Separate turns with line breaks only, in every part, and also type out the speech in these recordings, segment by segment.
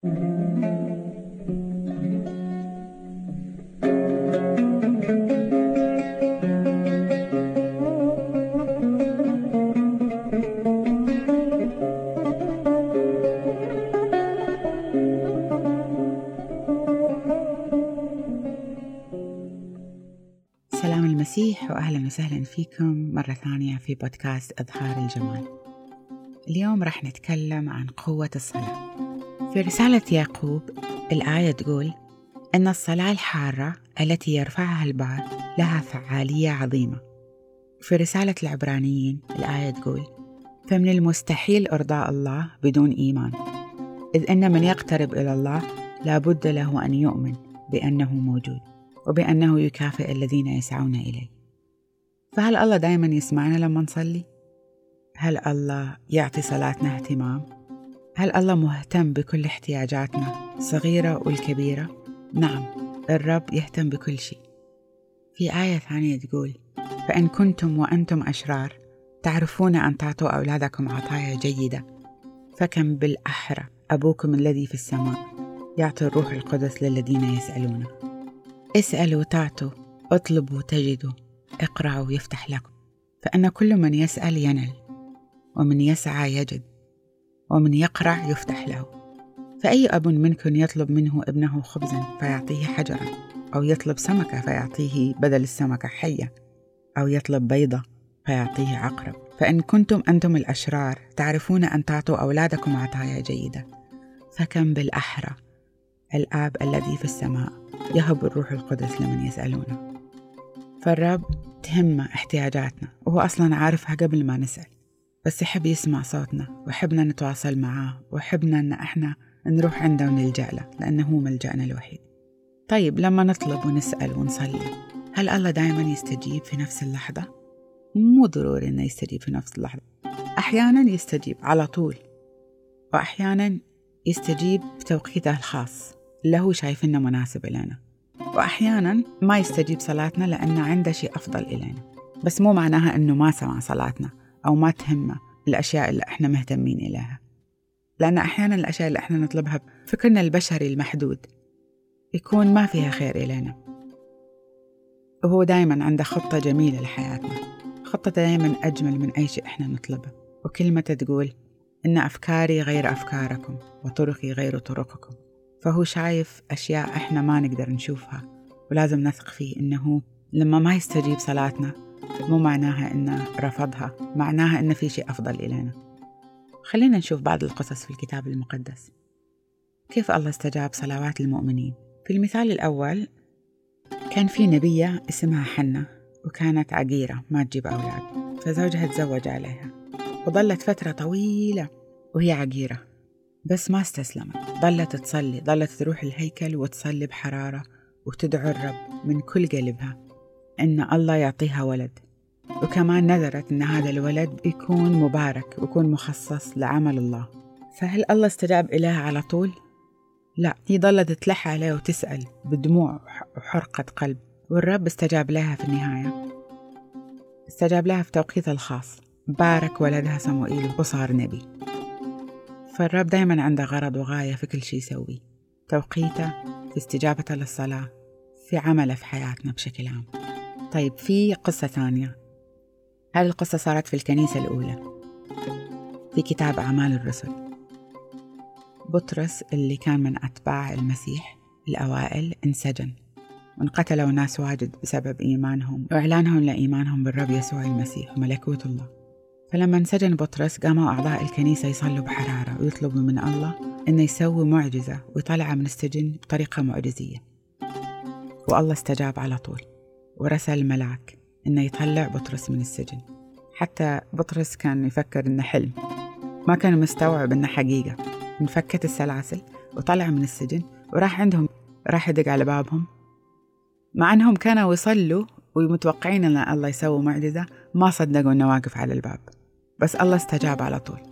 سلام المسيح وأهلا وسهلا فيكم مرة ثانية في بودكاست إظهار الجمال. اليوم رح نتكلم عن قوة الصلاة. في رسالة يعقوب الآية تقول إن الصلاة الحارة التي يرفعها البعض لها فعالية عظيمة. في رسالة العبرانيين الآية تقول فمن المستحيل إرضاء الله بدون إيمان، إذ إن من يقترب إلى الله لا بد له أن يؤمن بأنه موجود وبأنه يكافئ الذين يسعون إليه. فهل الله دائما يسمعنا لما نصلي؟ هل الله يعطي صلاتنا اهتمام؟ هل الله مهتم بكل احتياجاتنا صغيرة والكبيرة؟ نعم، الرب يهتم بكل شيء. في آية ثانية تقول فإن كنتم وأنتم أشرار تعرفون أن تعطوا أولادكم عطايا جيدة، فكم بالأحرى أبوكم الذي في السماء يعطي الروح القدس للذين يسألونه. اسألوا تعطوا، اطلبوا تجدوا، اقرأوا يفتح لكم، فإن كل من يسأل ينل، ومن يسعى يجد، ومن يقرع يفتح له. فأي أب منكم يطلب منه ابنه خبزا فيعطيه حجرا، أو يطلب سمكة فيعطيه بدل السمكة حية، أو يطلب بيضة فيعطيه عقرب؟ فإن كنتم أنتم الأشرار تعرفون أن تعطوا أولادكم عطايا جيدة، فكم بالأحرى الآب الذي في السماء يهب الروح القدس لمن يسألونه. فالرب تهمه احتياجاتنا، وهو أصلا عارفها قبل ما نسأل، بس يحب يسمع صوتنا ويحبنا نتواصل معاه، ويحبنا أن احنا نروح عنده ونلجأ له لأنه هو ملجأنا الوحيد. طيب لما نطلب ونسأل ونصلي، هل الله دائما يستجيب في نفس اللحظة؟ مو ضروري أنه يستجيب في نفس اللحظة. أحيانا يستجيب على طول، وأحيانا يستجيب بتوقيته الخاص اللي هو شايف إنه مناسب لنا، وأحيانا ما يستجيب صلاتنا لأنه عنده شيء أفضل إلينا. بس مو معناها إنه ما سمع صلاتنا أو ما تهمه الأشياء اللي إحنا مهتمين إليها، لأن أحيانا الأشياء اللي إحنا نطلبها بفكرنا البشري المحدود يكون ما فيها خير إلينا. وهو دايما عنده خطة جميلة لحياتنا، خطة دايما أجمل من أي شيء إحنا نطلبه. وكلمة تقول إن أفكاري غير أفكاركم وطرقي غير طرقكم. فهو شايف أشياء إحنا ما نقدر نشوفها، ولازم نثق فيه إنه لما ما يستجيب صلاتنا مو معناها إنه رفضها، معناها إنه في شيء أفضل إلينا. خلينا نشوف بعض القصص في الكتاب المقدس كيف الله استجاب صلوات المؤمنين. في المثال الأول كان في نبية اسمها حنة، وكانت عقيرة ما تجيب أولاد، فزوجها تزوج عليها، وظلت فترة طويلة وهي عقيرة، بس ما استسلمت. ظلت تصلي، ظلت تروح الهيكل وتصلي بحرارة وتدعو الرب من كل قلبها إن الله يعطيها ولد، وكمان نذرت إن هذا الولد يكون مبارك ويكون مخصص لعمل الله. فهل الله استجاب إليها على طول؟ لا، هي ظلت تلح عليه وتسأل بدموع وحرقة قلب، والرب استجاب لها في النهاية. استجاب لها في توقيتها الخاص، بارك ولدها صموئيل وصار نبي. فالرب دايما عنده غرض وغاية في كل شيء يسويه، توقيته في استجابته للصلاة، في عمله في حياتنا بشكل عام. طيب في قصة ثانية، هذه القصة صارت في الكنيسة الأولى في كتاب أعمال الرسل. بطرس اللي كان من أتباع المسيح الأوائل انسجن، وانقتلوا ناس واجد بسبب إيمانهم وإعلانهم لإيمانهم بالرب يسوع المسيح وملكوت الله. فلما انسجن بطرس قاموا أعضاء الكنيسة يصلوا بحرارة ويطلبوا من الله إنه يسوي معجزة ويطلع من السجن بطريقة معجزية، والله استجاب على طول ورسل ملاك إنه يطلع بطرس من السجن. حتى بطرس كان يفكر إنه حلم، ما كان مستوعب إنه حقيقة. انفكت السلاسل وطلع من السجن وراح عندهم، راح يدق على بابهم، مع أنهم كانوا يصلوا ومتوقعين أن الله يسوي معجزة، ما صدقوا إنه واقف على الباب، بس الله استجاب على طول.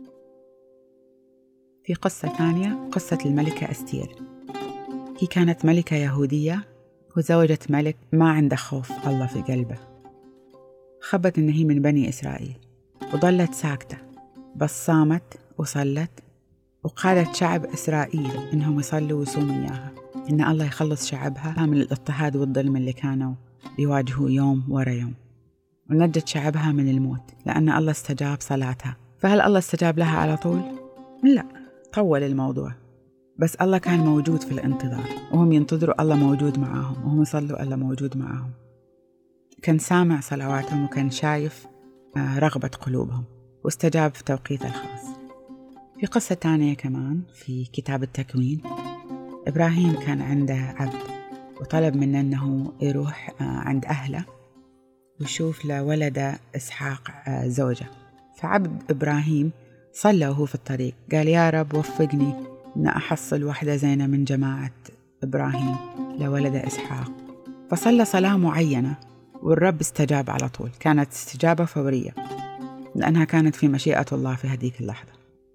في قصة ثانية، قصة الملكة أستير. هي كانت ملكة يهودية وزوجة ملك ما عنده خوف الله في قلبه. خبت إن هي من بني إسرائيل وظلت ساكتة، بس صامت وصلت وقادت شعب إسرائيل إنهم يصلوا ويصوموا إياها، إن الله يخلص شعبها من الاضطهاد والظلم اللي كانوا يواجهوا يوم ورا يوم، ونجت شعبها من الموت لأن الله استجاب صلاتها. فهل الله استجاب لها على طول؟ لا، طول الموضوع، بس الله كان موجود في الانتظار، وهم ينتظروا الله موجود معاهم، وهم يصلوا الله موجود معاهم. كان سامع صلواتهم وكان شايف رغبة قلوبهم، واستجاب في توقيته الخاص. في قصة تانية كمان في كتاب التكوين، إبراهيم كان عنده عبد وطلب منه أنه يروح عند أهله ويشوف لولده إسحاق زوجة. فعبد إبراهيم صلى وهو في الطريق، قال يا رب وفقني أن أحصل واحدة زينة من جماعة إبراهيم لولده إسحاق. فصلى صلاة معينة والرب استجاب على طول، كانت استجابة فورية لأنها كانت في مشيئة الله في هذيك اللحظة.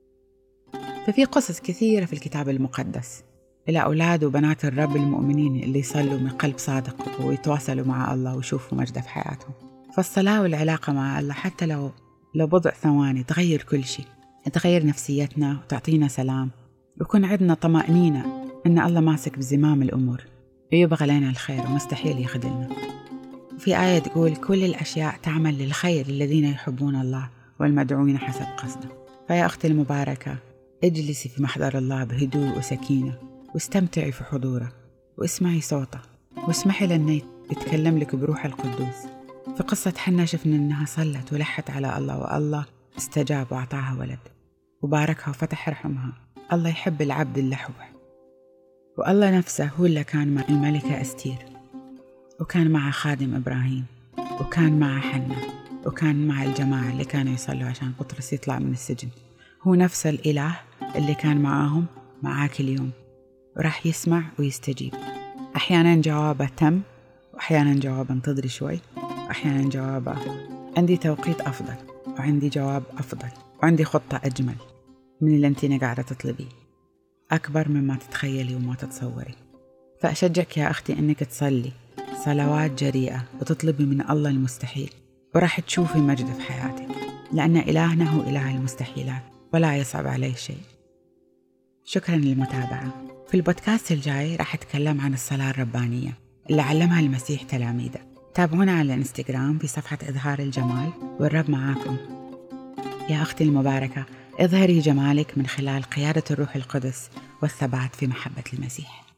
ففي قصص كثيرة في الكتاب المقدس إلى أولاد وبنات الرب المؤمنين اللي يصلوا من قلب صادق ويتواصلوا مع الله ويشوفوا مجده في حياتهم. فالصلاة والعلاقة مع الله حتى لو بضع ثواني تغير كل شيء، تغير نفسيتنا وتعطينا سلام، ويكون عندنا طمأنينة إن الله ماسك بزمام الأمور ويبغى لنا الخير ومستحيل يخذلنا. وفي آية تقول كل الأشياء تعمل للخير للذين يحبون الله والمدعوين حسب قصده. فيا أختي المباركة، اجلسي في محضر الله بهدوء وسكينة، واستمتعي في حضوره، واسمعي صوته، واسمحي لأنه يتكلم لك بروح القدوس. في قصة حنا شفنا أنها صلت ولحت على الله، والله استجاب وأعطاها ولد وباركها وفتح رحمها. الله يحب العبد اللحوح، والله نفسه هو اللي كان مع الملكة أستير، وكان مع خادم إبراهيم، وكان مع حنا، وكان مع الجماعة اللي كانوا يصلوا عشان بطرس يطلع من السجن. هو نفس الإله اللي كان معاهم معاك اليوم، وراح يسمع ويستجيب. أحيانا جوابه تم، وأحيانا جوابه انتظري شوي، وأحيانا جوابه عندي توقيت أفضل، وعندي جواب أفضل، وعندي خطة أجمل من اللي أنتي قاعدة تطلبيه، أكبر مما تتخيلي وما تتصوري. فأشجعك يا أختي أنك تصلي صلوات جريئة وتطلبي من الله المستحيل، وراح تشوفي مجد في حياتك، لأن إلهنا هو إله المستحيلات ولا يصعب عليه شيء. شكرا للمتابعة. في البودكاست الجاي راح أتكلم عن الصلاة الربانية اللي علمها المسيح تلاميذه. تابعونا على الانستغرام في صفحة إظهار الجمال، والرب معاكم. يا أختي المباركة، اظهري جمالك من خلال قيادة الروح القدس والثبات في محبة المسيح.